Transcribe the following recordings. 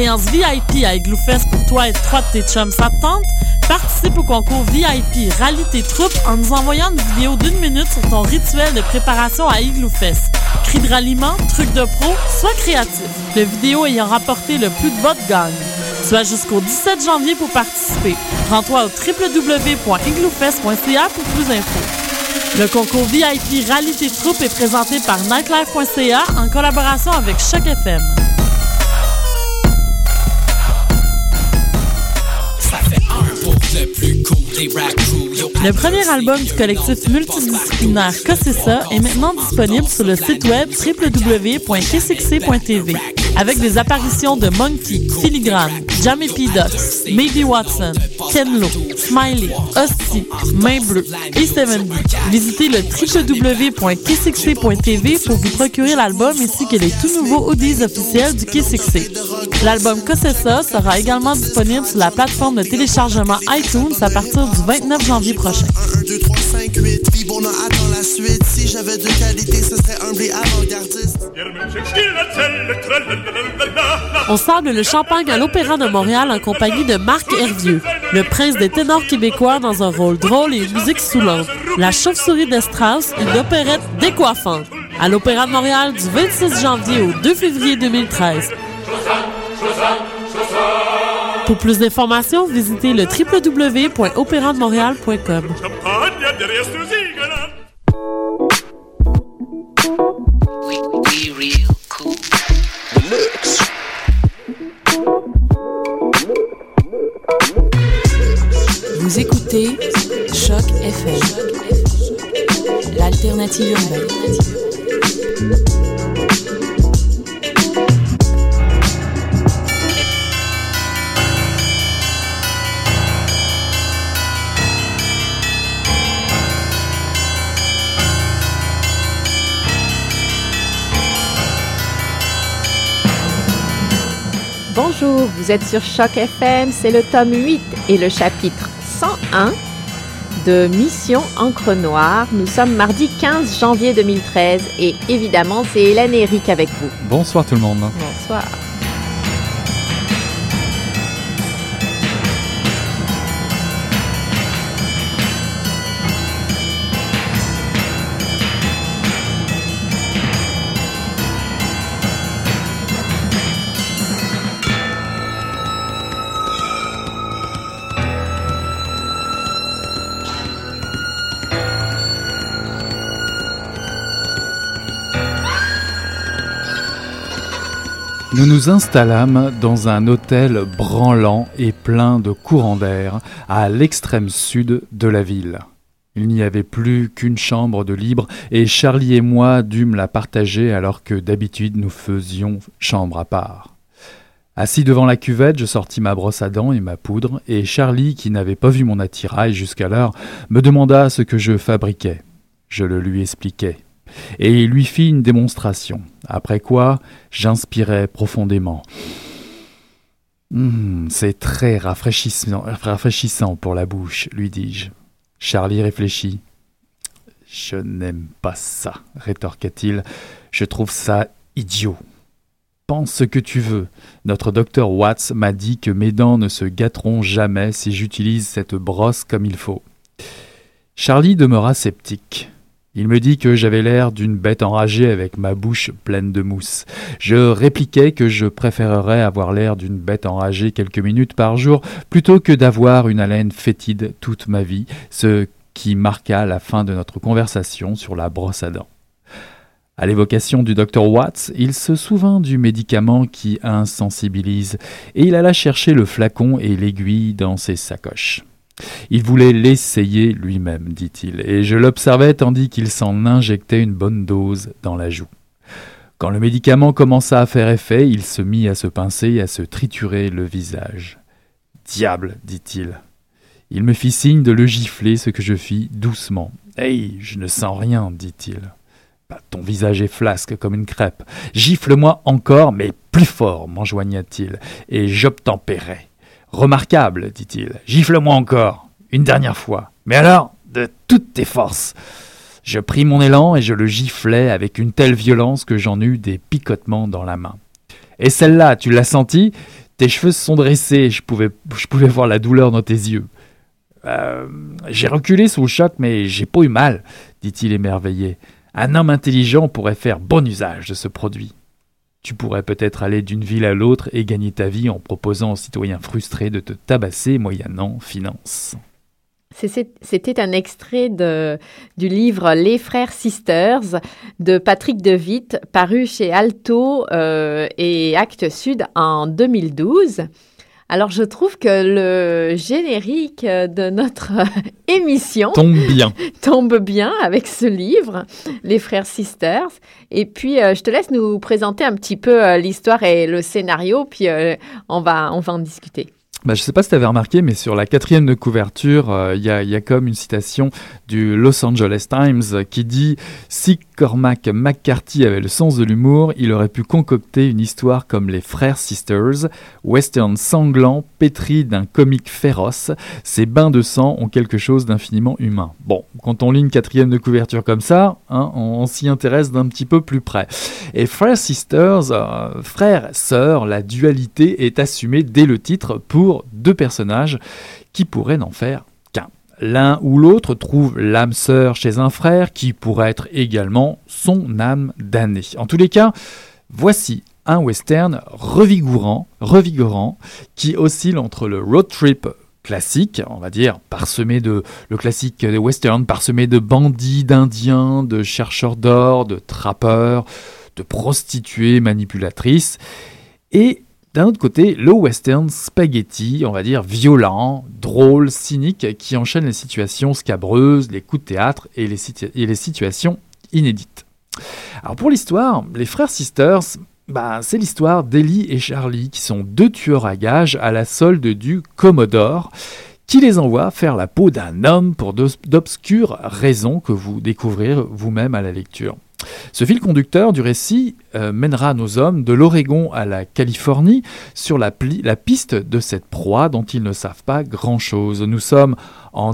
expérience VIP à Igloo Fest pour toi et 3 de tes chums, ça te tente? Participe au concours VIP Rallie tes troupes en nous envoyant une vidéo d'1 minute sur ton rituel de préparation à Igloo Fest. Cris de ralliement, trucs de pro, sois créatif. Le vidéo ayant rapporté le plus de votes gagne. Tu as jusqu'au 17 janvier pour participer. Rends-toi au www.igloofest.ca pour plus d'infos. Le concours VIP Rallie tes troupes est présenté par nightlife.ca en collaboration avec Choc FM. Le premier album du collectif multidisciplinaire Cossessa est maintenant disponible sur le site web www.kcxc.tv avec des apparitions de Monkey, Filigrane, Jamie P. Ducks, Maybe Watson, Ken Lo, Smiley, Hostie, Main Bleue et 70. Visitez le www.kcxc.tv pour vous procurer l'album ainsi que les tout nouveaux hoodies officiels du KCXC. L'album Cossessa sera également disponible sur la plateforme de téléchargement iTunes à partir du 29 janvier prochain. 1, 2, 3, 5, 8, Fibon attend la suite. Si j'avais de qualité, ce serait humble et avant-gardiste. On sable le champagne à l'Opéra de Montréal en compagnie de Marc Hervieux, le prince des ténors québécois dans un rôle drôle et une musique soulante. La chauve-souris de Strauss, une opérette décoiffante. À l'Opéra de Montréal du 26 janvier au 2 février 2013. Pour plus d'informations, visitez le www.opérademontréal.com. Vous écoutez Choc FM, l'alternative urbaine. Bonjour, vous êtes sur Choc FM, c'est le tome 8 et le chapitre 101 de Mission Encre Noire. Nous sommes mardi 15 janvier 2013 et évidemment c'est Hélène et Eric avec vous. Bonsoir tout le monde. Bonsoir. Nous nous installâmes dans un hôtel branlant et plein de courants d'air à l'extrême sud de la ville. Il n'y avait plus qu'une chambre de libre et Charlie et moi dûmes la partager alors que d'habitude nous faisions chambre à part. Assis devant la cuvette, je sortis ma brosse à dents et ma poudre et Charlie, qui n'avait pas vu mon attirail jusqu'alors, me demanda ce que je fabriquais. Je le lui expliquai. Et il lui fit une démonstration, après quoi j'inspirai profondément. C'est très rafraîchissant pour la bouche, lui dis-je. Charlie réfléchit. Je n'aime pas ça, rétorqua-t-il. Je trouve ça idiot. Pense ce que tu veux. Notre docteur Watts m'a dit que mes dents ne se gâteront jamais si j'utilise cette brosse comme il faut. Charlie demeura sceptique. Il me dit que j'avais l'air d'une bête enragée avec ma bouche pleine de mousse. Je répliquai que je préférerais avoir l'air d'une bête enragée quelques minutes par jour plutôt que d'avoir une haleine fétide toute ma vie, ce qui marqua la fin de notre conversation sur la brosse à dents. À l'évocation du Dr Watts, il se souvint du médicament qui insensibilise et il alla chercher le flacon et l'aiguille dans ses sacoches. Il voulait l'essayer lui-même, dit-il, et je l'observais tandis qu'il s'en injectait une bonne dose dans la joue. Quand le médicament commença à faire effet, il se mit à se pincer et à se triturer le visage. « Diable !» dit-il. Il me fit signe de le gifler, ce que je fis doucement. « Hey, je ne sens rien !» dit-il. « Ton visage est flasque comme une crêpe. Gifle-moi encore, mais plus fort !» m'enjoigna-t-il, et j'obtempérai. « Remarquable, dit-il. Gifle-moi encore, une dernière fois. Mais alors, de toutes tes forces. » Je pris mon élan et je le giflai avec une telle violence que j'en eus des picotements dans la main. Et celle-là, tu l'as sentie? Tes cheveux se sont dressés, je pouvais voir la douleur dans tes yeux. J'ai reculé sous le choc, mais j'ai pas eu mal, dit-il émerveillé. Un homme intelligent pourrait faire bon usage de ce produit. Tu pourrais peut-être aller d'une ville à l'autre et gagner ta vie en proposant aux citoyens frustrés de te tabasser moyennant finance. C'était un extrait du livre Les Frères Sisters de Patrick De Witt, paru chez Alto et Actes Sud en 2012. Alors, je trouve que le générique de notre émission tombe bien avec ce livre, Les Frères Sisters. Et puis, je te laisse nous présenter un petit peu l'histoire et le scénario, puis on va en discuter. Je ne sais pas si tu avais remarqué, mais sur la 4e de couverture, il y a comme une citation du Los Angeles Times qui dit « Si Cormac McCarthy avait le sens de l'humour, il aurait pu concocter une histoire comme les Frères Sisters, western sanglant, pétri d'un comique féroce. Ces bains de sang ont quelque chose d'infiniment humain. » Bon, quand on lit une 4e de couverture comme ça, on s'y intéresse d'un petit peu plus près. Et Frères Sisters, frères, sœurs, la dualité est assumée dès le titre pour deux personnages qui pourraient n'en faire qu'un. L'un ou l'autre trouve l'âme sœur chez un frère qui pourrait être également son âme damnée. En tous les cas, voici un western revigorant qui oscille entre le road trip classique, on va dire, le classique des westerns, parsemé de bandits, d'indiens, de chercheurs d'or, de trappeurs, de prostituées manipulatrices, et d'un autre côté, le western spaghetti, on va dire violent, drôle, cynique, qui enchaîne les situations scabreuses, les coups de théâtre et les situations inédites. Alors pour l'histoire, les Frères Sisters, c'est l'histoire d'Ellie et Charlie, qui sont deux tueurs à gages à la solde du Commodore, qui les envoie faire la peau d'un homme pour d'obscures raisons que vous découvrirez vous-même à la lecture. Ce fil conducteur du récit mènera nos hommes de l'Oregon à la Californie sur la piste de cette proie dont ils ne savent pas grand-chose. Nous sommes en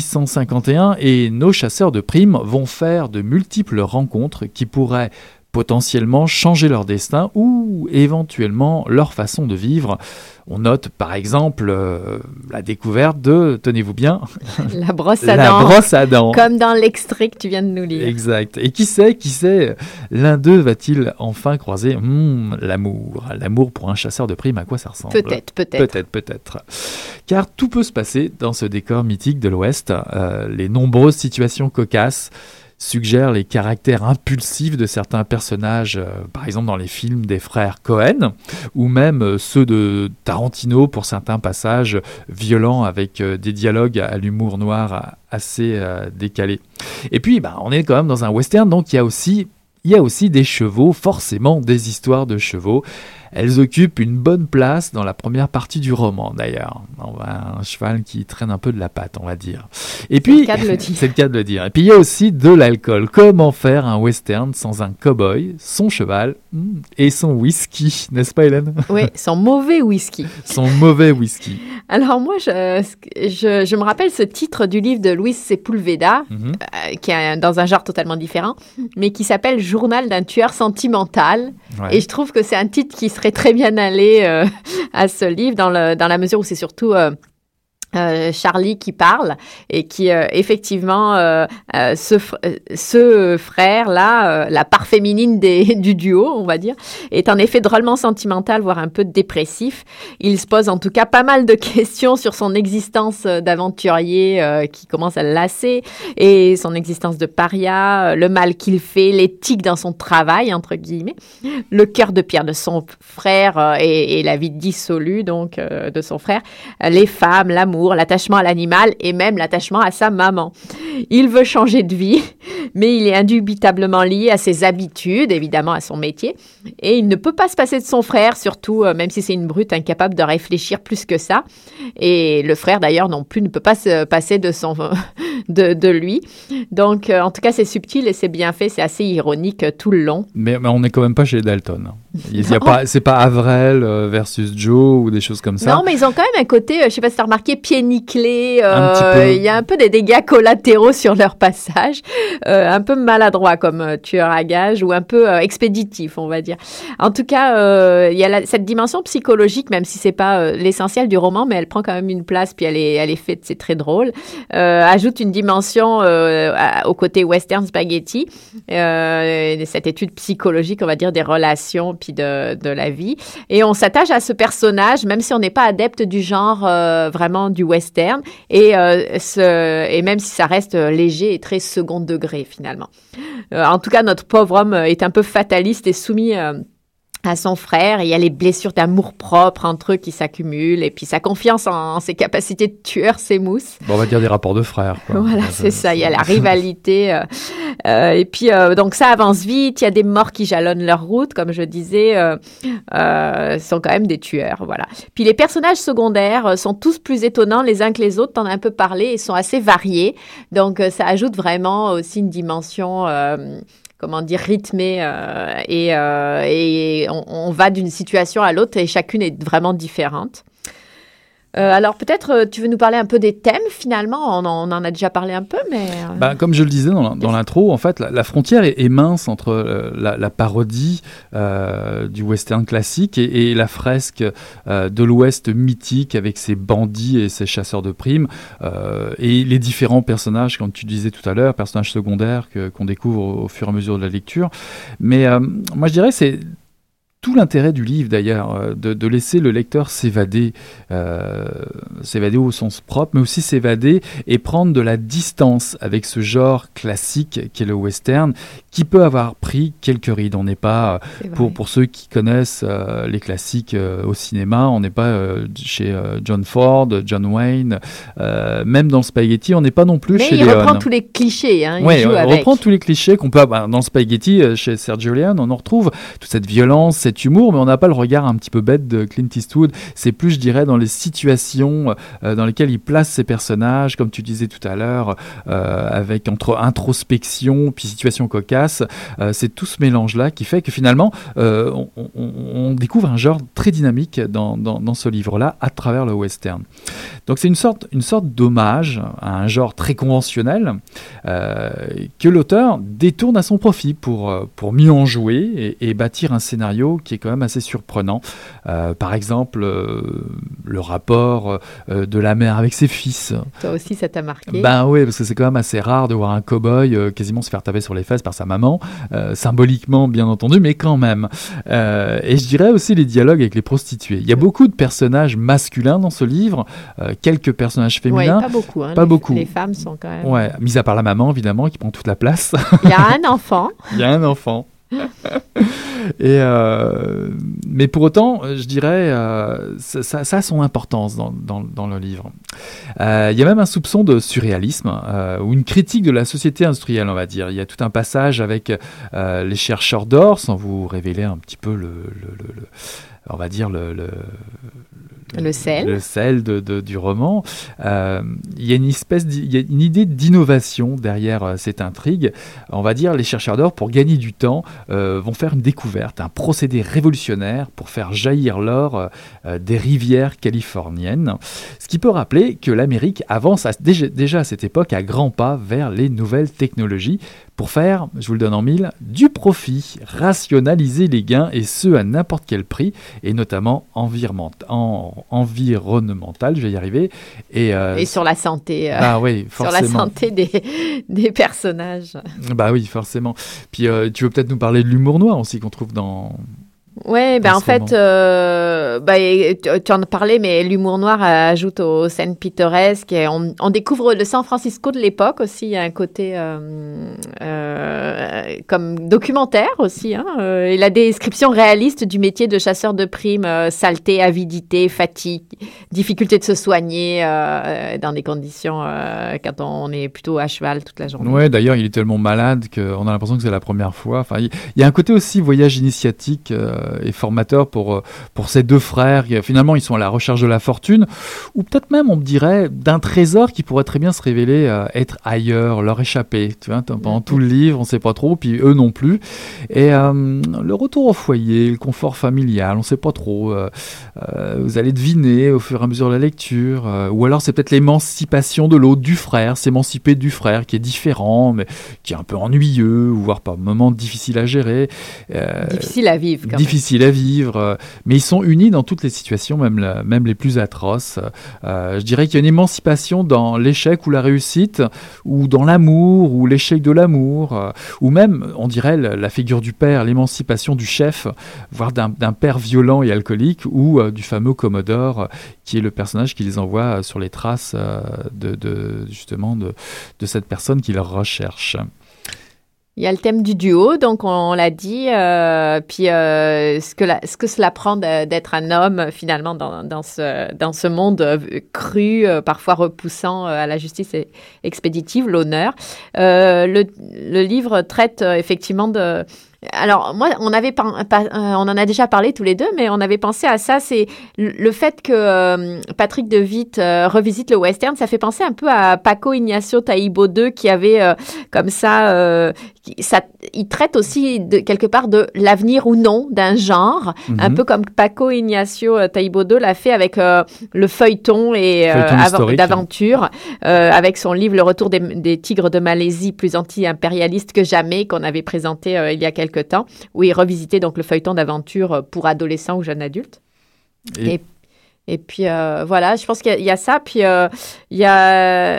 1851 et nos chasseurs de primes vont faire de multiples rencontres qui pourraient potentiellement changer leur destin ou éventuellement leur façon de vivre. On note par exemple la découverte de, tenez-vous bien, la brosse à dents. Comme dans l'extrait que tu viens de nous lire. Exact. Et qui sait, l'un d'eux va-t-il enfin croiser l'amour. L'amour pour un chasseur de primes, à quoi ça ressemble ? Peut-être. Car tout peut se passer dans ce décor mythique de l'Ouest. Les nombreuses situations cocasses suggère les caractères impulsifs de certains personnages, par exemple dans les films des frères Cohen, ou même ceux de Tarantino pour certains passages violents avec des dialogues à l'humour noir assez décalés. Et puis, on est quand même dans un western, donc il y a aussi des chevaux, forcément des histoires de chevaux. Elles occupent une bonne place dans la première partie du roman, d'ailleurs. Un cheval qui traîne un peu de la patte, on va dire. Et puis, c'est le cas de le dire. Et puis, il y a aussi de l'alcool. Comment faire un western sans un cow-boy, son cheval et son whisky, n'est-ce pas, Hélène ? Oui, son mauvais whisky. Alors moi, je me rappelle ce titre du livre de Luis Sepulveda, qui est dans un genre totalement différent, mais qui s'appelle « Journal d'un tueur sentimental ». Ouais. Et je trouve que c'est un titre qui serait très bien allé à ce livre, dans la mesure où c'est surtout Charlie qui parle et qui effectivement ce frère-là, la part féminine du duo, on va dire, est en effet drôlement sentimental, voire un peu dépressif. Il se pose en tout cas pas mal de questions sur son existence d'aventurier qui commence à le lasser et son existence de paria, le mal qu'il fait, l'éthique dans son travail, entre guillemets, le cœur de pierre de son frère et la vie dissolue donc de son frère, les femmes, l'amour, l'attachement à l'animal et même l'attachement à sa maman. Il veut changer de vie, mais il est indubitablement lié à ses habitudes, évidemment à son métier, et il ne peut pas se passer de son frère, surtout même si c'est une brute incapable de réfléchir plus que ça. Et le frère d'ailleurs non plus ne peut pas se passer de lui. Donc en tout cas c'est subtil et c'est bien fait, c'est assez ironique tout le long. Mais on n'est quand même pas chez Dalton. C'est pas Avril versus Joe ou des choses comme ça. Non, mais ils ont quand même un côté, je sais pas si tu as remarqué, pieds nickelés. Il y a un peu des dégâts collatéraux sur leur passage. un peu maladroit comme tueur à gages ou un peu expéditif, on va dire. En tout cas, il y a cette dimension psychologique, même si c'est pas l'essentiel du roman, mais elle prend quand même une place, puis elle est faite, c'est très drôle. Ajoute une dimension au côté western spaghetti, cette étude psychologique, on va dire, des relations puis de la vie. Et on s'attache à ce personnage, même si on n'est pas adepte du genre vraiment du western, et même si ça reste léger et très second degré finalement. En tout cas, notre pauvre homme est un peu fataliste et soumis à son frère, et il y a les blessures d'amour-propre entre eux qui s'accumulent, et puis sa confiance en ses capacités de tueur s'émousse. Bon, on va dire des rapports de frères, quoi. Voilà, c'est ça, il y a la rivalité. Et puis, donc ça avance vite, il y a des morts qui jalonnent leur route, comme je disais, sont quand même des tueurs, voilà. Puis les personnages secondaires sont tous plus étonnants les uns que les autres, t'en as un peu parlé, et sont assez variés, donc ça ajoute vraiment aussi une dimension... rythmée, et on va d'une situation à l'autre et chacune est vraiment différente. Alors peut-être tu veux nous parler un peu des thèmes finalement, on en a déjà parlé un peu, mais... Comme je le disais dans l'intro, en fait, la frontière est mince entre la parodie du western classique et la fresque de l'Ouest mythique avec ses bandits et ses chasseurs de primes, et les différents personnages, comme tu disais tout à l'heure, personnages secondaires qu'on découvre au fur et à mesure de la lecture. Mais moi je dirais c'est tout l'intérêt du livre, d'ailleurs, de laisser le lecteur s'évader au sens propre, mais aussi s'évader et prendre de la distance avec ce genre classique qu'est le western, qui peut avoir pris quelques rides. On n'est pas, pour ceux qui connaissent les classiques au cinéma, on n'est pas chez John Ford, John Wayne, même dans le Spaghetti, on n'est pas non plus chez Leone. Mais il reprend tous les clichés, hein, il reprend tous les clichés qu'on peut avoir. Dans le Spaghetti, chez Sergio Leone, on en retrouve toute cette violence, cet humour, mais on n'a pas le regard un petit peu bête de Clint Eastwood. C'est plus, je dirais, dans les situations dans lesquelles il place ses personnages, comme tu disais tout à l'heure, avec entre introspection puis situation cocasse. C'est tout ce mélange-là qui fait que finalement, on découvre un genre très dynamique dans ce livre-là à travers le western. Donc c'est une sorte d'hommage à un genre très conventionnel que l'auteur détourne à son profit pour mieux en jouer et bâtir un scénario qui est quand même assez surprenant. Par exemple, le rapport de la mère avec ses fils. Toi aussi, ça t'a marqué? Ben oui, parce que c'est quand même assez rare de voir un cow-boy quasiment se faire taper sur les fesses par sa maman, symboliquement bien entendu, mais quand même. Et je dirais aussi les dialogues avec les prostituées. Il y a beaucoup de personnages masculins dans ce livre, quelques personnages féminins. Ouais, pas beaucoup. Pas beaucoup. Les femmes sont quand même... Ouais, mis à part la maman, évidemment, qui prend toute la place. Il y a un enfant. Et mais pour autant, je dirais, ça a son importance dans le livre. Il y a même un soupçon de surréalisme ou une critique de la société industrielle, on va dire. Il y a tout un passage avec les chercheurs d'or, sans vous révéler un petit peu on va dire le sel du roman. Il y a une idée d'innovation derrière cette intrigue. On va dire les chercheurs d'or, pour gagner du temps, vont faire une découverte, un procédé révolutionnaire pour faire jaillir l'or des rivières californiennes. Ce qui peut rappeler que l'Amérique avance déjà à cette époque à grands pas vers les nouvelles technologies pour faire, je vous le donne en mille, du profit, rationaliser les gains, et ce à n'importe quel prix, et notamment environnemental, je vais y arriver. Et sur la santé. Oui, forcément. Sur la santé des personnages. Bah oui, forcément. Puis tu veux peut-être nous parler de l'humour noir aussi qu'on trouve dans... Oui, en fait, tu en as parlé, mais l'humour noir ajoute aux scènes pittoresques. Et on découvre le San Francisco de l'époque aussi. Il y a un côté comme documentaire aussi. Et la description réaliste du métier de chasseur de primes, saleté, avidité, fatigue, difficulté de se soigner dans des conditions quand on est plutôt à cheval toute la journée. Oui, d'ailleurs, il est tellement malade qu'on a l'impression que c'est la première fois. Enfin, il y a un côté aussi voyage initiatique et formateur pour ces deux frères. Finalement, ils sont à la recherche de la fortune, ou peut-être même, on me dirait, d'un trésor qui pourrait très bien se révéler être ailleurs, leur échapper. Tu vois, pendant tout le livre, on ne sait pas trop. puis eux non plus. Et le retour au foyer, le confort familial, on ne sait pas trop. Vous allez deviner au fur et à mesure de la lecture. Ou alors c'est peut-être l'émancipation de l'autre, du frère, s'émanciper du frère qui est différent, mais qui est un peu ennuyeux, ou voire par moments difficile à gérer. Difficile à vivre, quand difficile à vivre. Mais ils sont unis dans toutes les situations, même les plus atroces. Je dirais qu'il y a une émancipation dans l'échec ou la réussite, ou dans l'amour, ou l'échec de l'amour, ou même, on dirait, la figure du père, l'émancipation du chef, voire d'un père violent et alcoolique, ou du fameux Commodore, qui est le personnage qui les envoie sur les traces justement de cette personne qui leur recherche. Il y a le thème du duo, donc on l'a dit, puis ce que cela prend d'être un homme finalement dans ce monde cru, parfois repoussant à la justice expéditive, l'honneur. Le livre traite effectivement de... Alors, moi, on en a déjà parlé tous les deux, mais on avait pensé à ça, c'est le fait que Patrick De Witt revisite le western, ça fait penser un peu à Paco Ignacio Taibo II qui avait comme ça, il traite aussi quelque part de l'avenir ou non d'un genre, un peu comme Paco Ignacio Taibo II l'a fait avec le feuilleton et d'aventure, avec son livre Le Retour des tigres de Malaisie, plus anti-impérialiste que jamais, qu'on avait présenté il y a quelques temps, où il revisitait donc le feuilleton d'aventure pour adolescents ou jeunes adultes. Et puis voilà, je pense qu'il y a ça, puis il y a...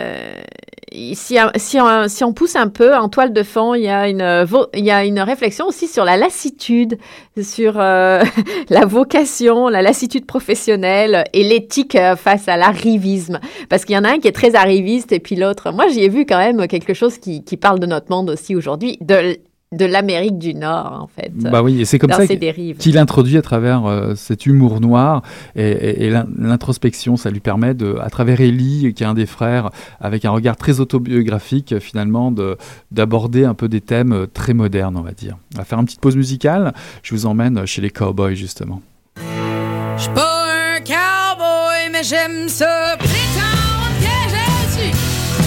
Si on pousse un peu en toile de fond, il y a une réflexion aussi sur la lassitude, sur la vocation, la lassitude professionnelle et l'éthique face à l'arrivisme. Parce qu'il y en a un qui est très arriviste et puis l'autre... Moi, j'y ai vu quand même quelque chose qui parle de notre monde aussi aujourd'hui, de l'Amérique du Nord, en fait. Bah oui, et c'est comme ça qu'il introduit à travers cet humour noir et l'introspection. Ça lui permet, à travers Ellie, qui est un des frères, avec un regard très autobiographique, finalement, d'aborder un peu des thèmes très modernes, on va dire. On va faire une petite pause musicale. Je vous emmène chez les Cowboys, justement. Je suis pas un cowboy, mais j'aime ça prétendre que je suis.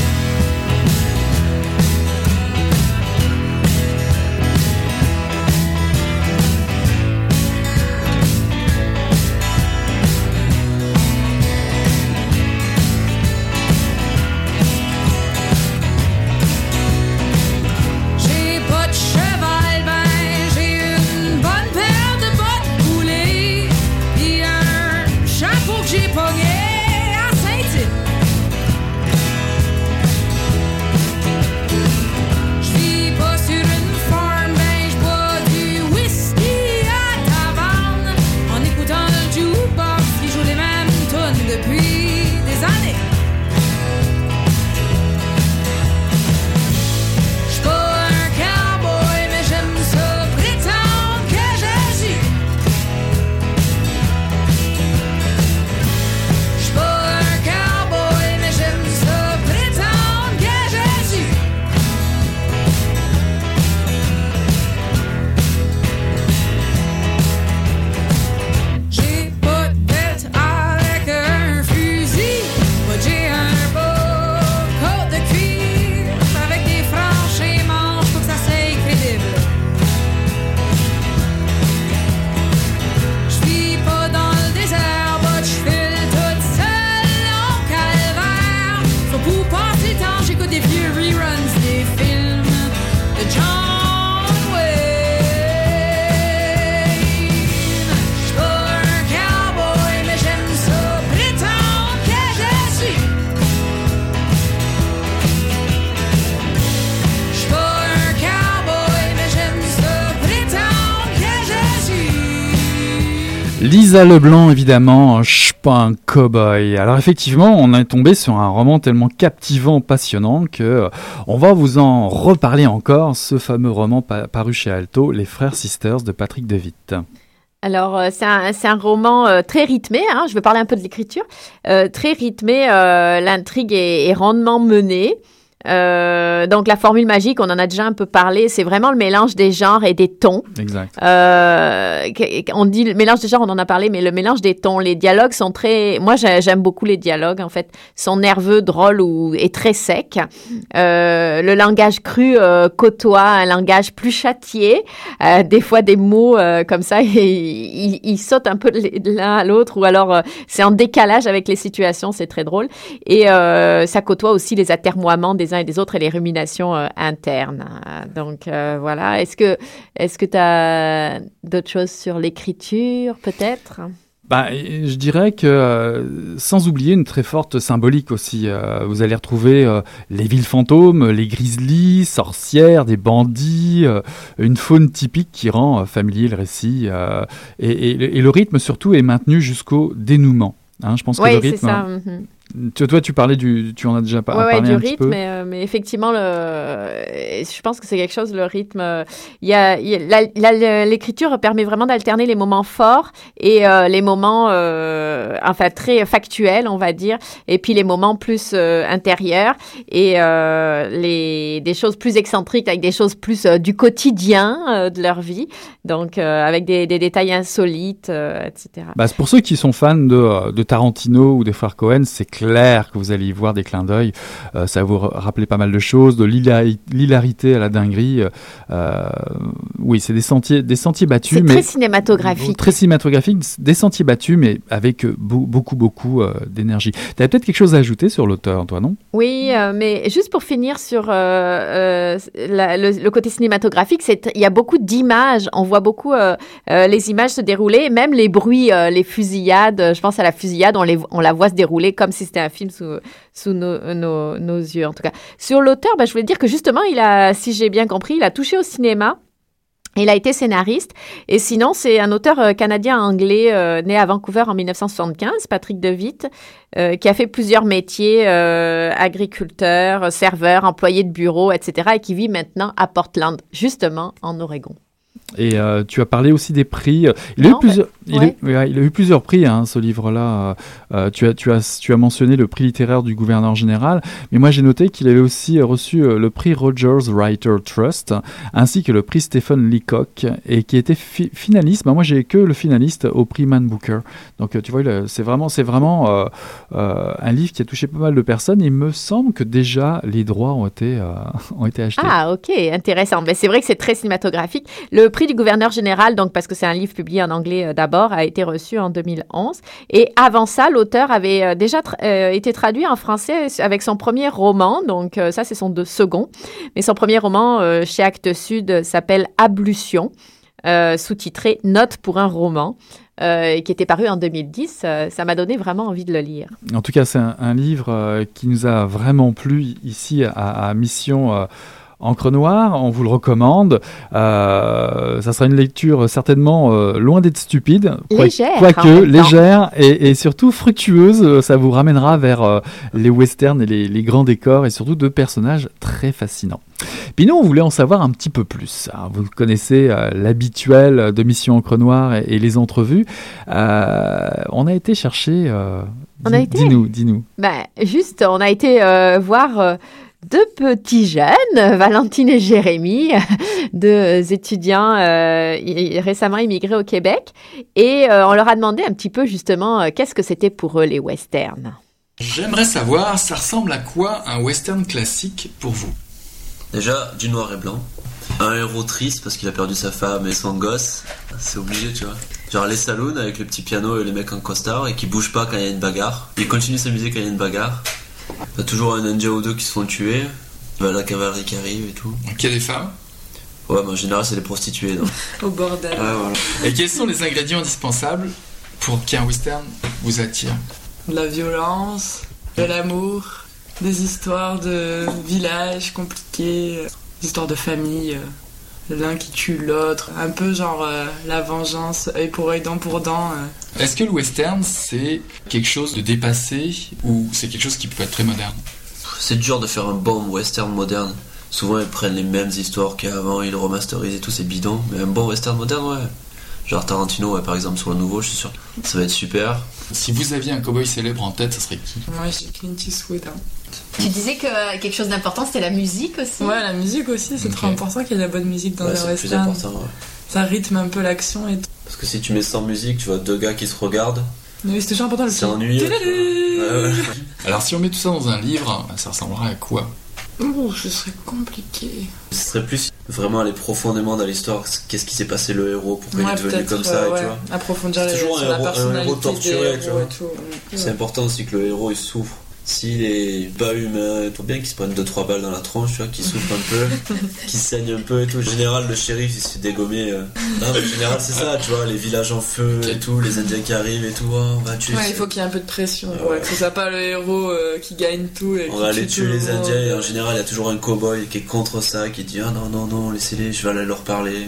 Lisa Leblanc, évidemment, je suis pas un cow-boy. Alors effectivement, on est tombé sur un roman tellement captivant, passionnant, que on va vous en reparler encore, ce fameux roman paru chez Alto, Les Frères Sisters de Patrick De Witt. Alors, c'est un roman très rythmé, hein, je vais parler un peu de l'écriture, très rythmé, l'intrigue est rondement menée. Donc la formule magique, on en a déjà un peu parlé, c'est vraiment le mélange des genres et des tons. Exact. On dit le mélange des genres, on en a parlé, mais le mélange des tons, les dialogues sont très... Moi, j'aime beaucoup les dialogues, en fait. Ils sont nerveux, drôles et très secs. Le langage cru côtoie un langage plus châtié. Des fois, des mots comme ça, ils sautent un peu de l'un à l'autre, ou alors c'est en décalage avec les situations, c'est très drôle. Et ça côtoie aussi les atermoiements des uns et des autres et les ruminations internes. Donc, voilà. Est-ce que tu as d'autres choses sur l'écriture, peut-être ? Je dirais que, sans oublier une très forte symbolique aussi, vous allez retrouver les villes fantômes, les grizzlies, sorcières, des bandits, une faune typique qui rend familier le récit. Et le rythme, surtout, est maintenu jusqu'au dénouement. Je pense que le rythme... c'est ça. Toi, tu parlais tu en as déjà parlé du un rythme, petit peu. Mais effectivement, je pense que c'est quelque chose, le rythme. L'écriture permet vraiment d'alterner les moments forts et les moments, très factuels, on va dire, et puis les moments plus intérieurs et des choses plus excentriques avec des choses plus du quotidien de leur vie, donc avec des détails insolites, etc. C'est pour ceux qui sont fans de Tarantino ou des frères Cohen, c'est clair que vous allez y voir des clins d'œil. Ça va vous rappeler pas mal de choses, de l'hilarité à la dinguerie. Oui, c'est des sentiers battus. C'est très cinématographique. Très cinématographique, des sentiers battus, mais avec beaucoup d'énergie. Tu avais peut-être quelque chose à ajouter sur l'auteur, toi, non ? Oui, mais juste pour finir sur le côté cinématographique, il y a beaucoup d'images. On voit beaucoup les images se dérouler, même les bruits, les fusillades. Je pense à la fusillade, on la voit se dérouler comme si c'était un film sous nos yeux, en tout cas. Sur l'auteur, je voulais dire que justement, si j'ai bien compris, il a touché au cinéma. Il a été scénariste. Et sinon, c'est un auteur canadien-anglais né à Vancouver en 1975, Patrick DeWitt, qui a fait plusieurs métiers, agriculteur, serveur, employé de bureau, etc., et qui vit maintenant à Portland, justement en Oregon. Et tu as parlé aussi des prix. Il a eu plusieurs prix, ce livre-là. Tu as mentionné le prix littéraire du gouverneur général, mais moi j'ai noté qu'il avait aussi reçu le prix Rogers Writer Trust, ainsi que le prix Stephen Leacock, et qui était finaliste. Moi j'ai que le finaliste au prix Man Booker. Donc tu vois, c'est vraiment un livre qui a touché pas mal de personnes. Il me semble que déjà les droits ont été achetés. Ah, ok, intéressant. C'est vrai que c'est très cinématographique. Le prix du gouverneur général, donc parce que c'est un livre publié en anglais d'abord, a été reçu en 2011. Et avant ça, l'auteur avait déjà été traduit en français avec son premier roman. Donc ça, c'est son second. Mais son premier roman chez Actes Sud s'appelle Ablution, sous-titré Note pour un roman, qui était paru en 2010. Ça m'a donné vraiment envie de le lire. En tout cas, c'est un livre qui nous a vraiment plu ici à Mission Encre Noire, on vous le recommande. Ça sera une lecture certainement loin d'être stupide, quoique légère et surtout fructueuse. Ça vous ramènera vers les westerns et les grands décors et surtout de personnages très fascinants. Puis nous, on voulait en savoir un petit peu plus. Alors, vous connaissez l'habituel de Mission Encre Noire et les entrevues. On a été chercher... Dis-nous. On a été voir... deux petits jeunes, Valentine et Jérémy, deux étudiants récemment immigrés au Québec. Et on leur a demandé un petit peu justement qu'est-ce que c'était pour eux les westerns. J'aimerais savoir, ça ressemble à quoi un western classique pour vous ? Déjà, du noir et blanc. Un héros triste parce qu'il a perdu sa femme et son gosse. C'est obligé, tu vois. Genre les saloons avec le petit piano et les mecs en costard et qui bougent pas quand il y a une bagarre. Ils continuent de s'amuser quand il y a une bagarre. T'as toujours un ninja ou deux qui se font tuer, la cavalerie qui arrive et tout. Donc il y a des femmes ? Ouais, mais en général c'est les prostituées. Non au bordel. Ouais, voilà. Et quels sont les ingrédients indispensables pour qu'un western vous attire ? De la violence, de l'amour, des histoires de villages compliqués, des histoires de famille, l'un qui tue l'autre, un peu genre la vengeance, œil pour œil, dent pour dent. Est-ce que le western c'est quelque chose de dépassé ou c'est quelque chose qui peut être très moderne ? C'est dur de faire un bon western moderne. Souvent ils prennent les mêmes histoires qu'avant, ils le remasterisent et tout, c'est bidon. Mais un bon western moderne, ouais. Genre Tarantino, ouais, par exemple, sur le nouveau, je suis sûr ça va être super. Si vous aviez un cow-boy célèbre en tête, ça serait qui? Moi, j'ai Clint Eastwood. Hein. Tu disais que quelque chose d'important, c'était la musique aussi. Ouais, la musique aussi, c'est trop important qu'il y ait de la bonne musique dans un c'est western. plus important, ouais. Ça rythme un peu l'action et tout. Parce que si tu mets sans musique, tu vois deux gars qui se regardent. Mais c'est toujours important le C'est ennuyeux. Ouais. Alors si on met tout ça dans un livre, ça ressemblerait à quoi? Ouh, ce serait compliqué. Ce serait plus vraiment aller profondément dans l'histoire. Qu'est-ce qui s'est passé le héros, pourquoi il est devenu comme ça, tu vois. Approfondir C'est toujours sur la personnalité un héros torturé, tu vois. et tout. C'est important aussi que le héros il souffre. S'il est pas humain, il faut bien qu'il se prenne 2-3 balles dans la tronche, tu vois, qu'il souffre un peu, qu'il saigne un peu et tout. En général, le shérif il se fait dégommer. Non, mais en général, c'est ça, tu vois, les villages en feu et tout, les Indiens qui arrivent et tout, on va tuer. Ouais, il faut qu'il y ait un peu de pression, que ce soit pas le héros qui gagne tout. Et on va aller tuer les Indiens, et en général, il y a toujours un cow-boy qui est contre ça, qui dit ah non, laissez-les, je vais aller leur parler.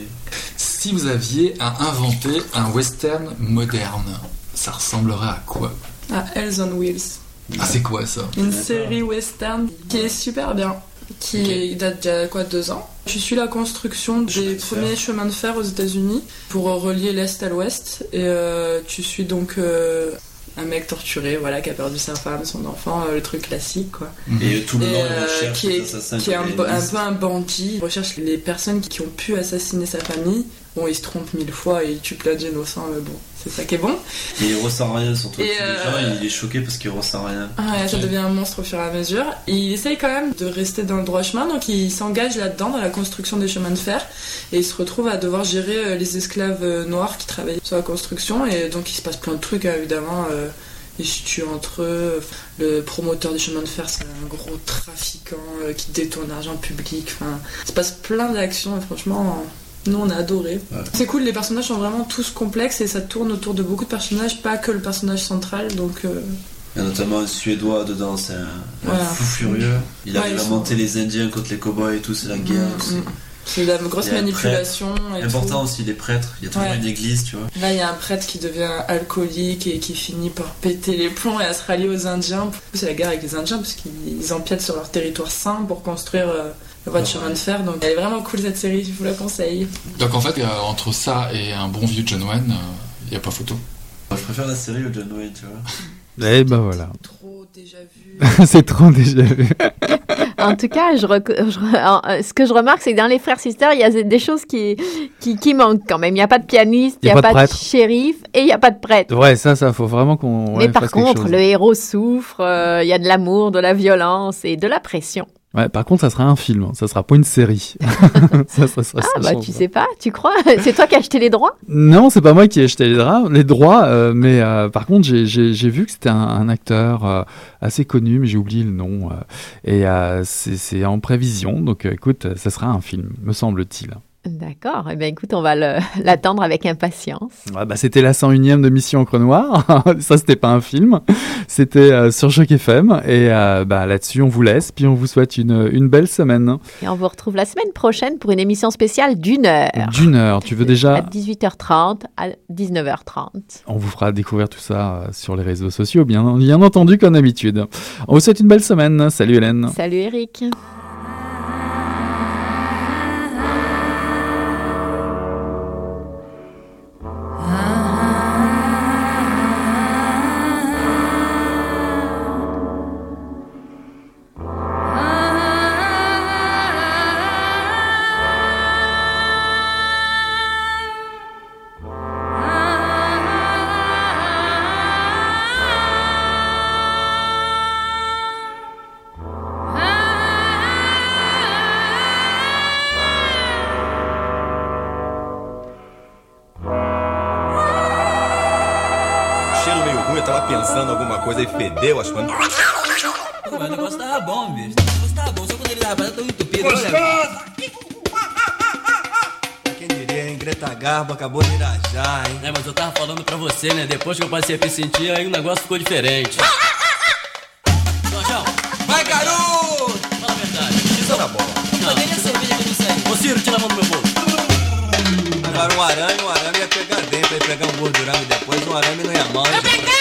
Si vous aviez à inventer un western moderne, ça ressemblerait à quoi? Ah, Hells on Wheels. Ah, c'est quoi ça? Une série western qui est super bien, qui date d'il y a 2 ans. Je suis la construction des premiers chemins de fer aux États-Unis pour relier l'Est à l'Ouest. Et tu suis donc un mec torturé, voilà, qui a perdu sa femme, son enfant, le truc classique, quoi. Et tout le long, il recherche qui est un peu un bandit. Il recherche les personnes qui ont pu assassiner sa famille. Bon, il se trompe 1000 fois et il tue plein d'innocents, mais bon, c'est ça qui est bon. Et il ressent rien, surtout. Il est choqué parce qu'il ressent rien. Ouais, ça devient un monstre au fur et à mesure. Et il essaye quand même de rester dans le droit chemin, donc il s'engage là-dedans, dans la construction des chemins de fer. Et il se retrouve à devoir gérer les esclaves noirs qui travaillaient sur la construction. Et donc il se passe plein de trucs, hein, évidemment. Ils se tuent entre eux. Le promoteur des chemins de fer, c'est un gros trafiquant qui détourne l'argent public. Enfin, il se passe plein d'actions et franchement... Nous on a adoré. Ouais. C'est cool, les personnages sont vraiment tous complexes et ça tourne autour de beaucoup de personnages, pas que le personnage central, donc... Il y a notamment un Suédois dedans, c'est un fou furieux. Il arrive à monter les Indiens contre les cow-boys et tout, c'est la guerre aussi. C'est de la grosse manipulation. Et important tout. Aussi les prêtres, il y a toujours une église, tu vois. Là il y a un prêtre qui devient alcoolique et qui finit par péter les plombs et à se rallier aux Indiens. C'est la guerre avec les Indiens parce qu'ils empiètent sur leur territoire sain pour construire... le voie de chemin de fer, donc elle est vraiment cool cette série, je vous la conseille. Donc en fait, entre ça et un bon vieux John Wayne, il n'y a pas photo. Je préfère la série au John Wayne, tu vois. Et ben voilà. Trop déjà vu. C'est trop déjà vu. En tout cas, ce que je remarque, c'est que dans les Frères Sisters, il y a des choses qui manquent quand même. Il n'y a pas de pianiste, il n'y a pas de shérif et il n'y a pas de prêtre. Ouais, ça faut vraiment qu'on... Mais par contre, le héros souffre, il y a de l'amour, de la violence et de la pression. Ouais, par contre, ça sera un film, ça sera pas une série. Tu sais pas, tu crois? C'est toi qui as acheté les droits? Non, c'est pas moi qui ai acheté les droits, mais par contre, j'ai vu que c'était un acteur assez connu, mais j'ai oublié le nom, et c'est en prévision, donc écoute, ça sera un film, me semble-t-il. D'accord, eh bien écoute, on va l'attendre avec impatience. Ouais, c'était la 101e de Mission Encre Noire, ça c'était pas un film, c'était sur Choc FM, et là-dessus on vous laisse, puis on vous souhaite une belle semaine. Et on vous retrouve la semaine prochaine pour une émission spéciale d'1 heure. D'1 heure, tu veux déjà... À 18h30, à 19h30. On vous fera découvrir tout ça sur les réseaux sociaux, bien entendu, comme d'habitude. On vous souhaite une belle semaine, salut Hélène. Salut Eric. Pensando alguma coisa e fedeu as panas. Pô, mas o negócio tava bom, bicho. O negócio tava bom, só quando ele tava tão entupido. Gostoso! Quem diria, hein? Greta Garbo acabou de irajar, hein? Mas eu tava falando pra você, né? Depois que eu passei a me sentir, aí o negócio ficou diferente. Jorjão! Vai, garoto! Fala a verdade. Isso na bola. Não, nem a cerveja que eu não sei. Ô, Ciro, tira a mão do meu bolso. Agora um arame ia pegar dentro, ia pegar um gordurão e depois um arame não ia mal. Eu peguei!